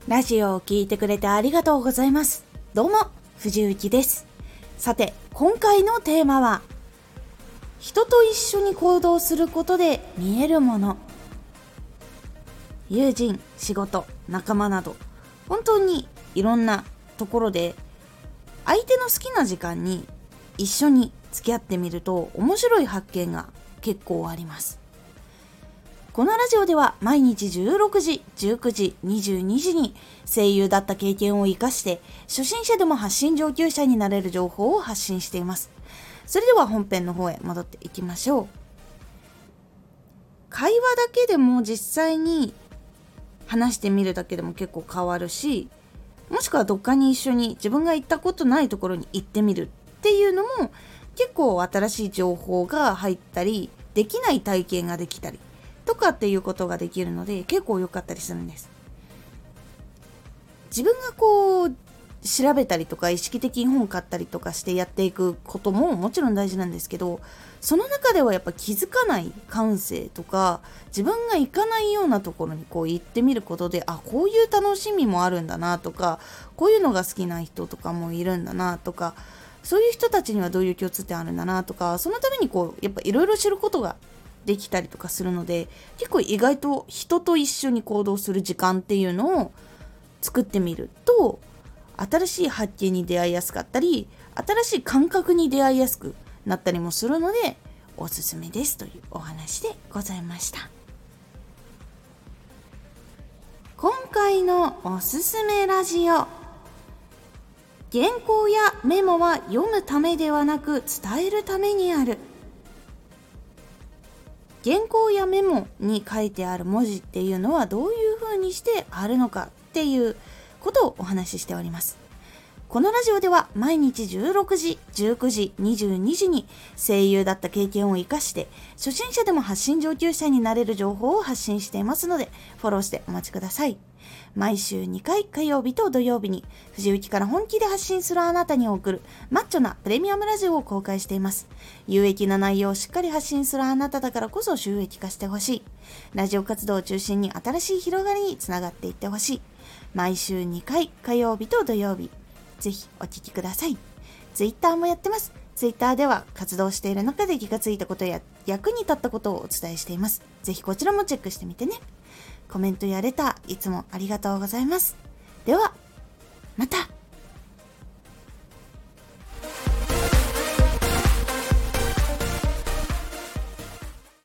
ラジオを聞いてくれてありがとうございます。どうも、藤幸です。さて、今回のテーマは、人と一緒に行動することで見えるもの。友人、仕事、仲間など、本当にいろんなところで、相手の好きな時間に一緒に付き合ってみると面白い発見が結構あります。このラジオでは毎日16時、19時、22時に声優だった経験を生かして初心者でも発信上級者になれる情報を発信しています。それでは本編の方へ戻っていきましょう。会話だけでも実際に話してみるだけでも結構変わるし、もしくはどっかに一緒に自分が行ったことないところに行ってみるっていうのも結構新しい情報が入ったり、できない体験ができたりとかっていうことができるので結構良かったりするんです。自分が調べたりとか意識的に本買ったりとかしてやっていくことももちろん大事なんですけど、その中ではやっぱ気づかない感性とか自分が行かないようなところに行ってみることで、こういう楽しみもあるんだなとか、こういうのが好きな人とかもいるんだなとか、そういう人たちにはどういう共通点あるんだなとか、そのためにやっぱいろいろ知ることができたりとかするので、結構意外と人と一緒に行動する時間っていうのを作ってみると新しい発見に出会いやすかったり、新しい感覚に出会いやすくなったりもするのでおすすめですというお話でございました。今回のおすすめラジオ、原稿やメモは読むためではなく伝えるためにある。原稿やメモに書いてある文字っていうのはどういう風にしてあるのかっていうことをお話ししております。このラジオでは毎日16時、19時、22時に声優だった経験を生かして初心者でも発信上級者になれる情報を発信していますのでフォローしてお待ちください。毎週2回火曜日と土曜日に藤雪から本気で発信するあなたに送るマッチョなプレミアムラジオを公開しています。有益な内容をしっかり発信するあなただからこそ収益化してほしい。ラジオ活動を中心に新しい広がりにつながっていってほしい。毎週2回火曜日と土曜日、ぜひお聞きください。ツイッターもやってます。ツイッターでは活動している中で気がついたことや役に立ったことをお伝えしています。ぜひこちらもチェックしてみてね。コメントやレターいつもありがとうございます。ではまた。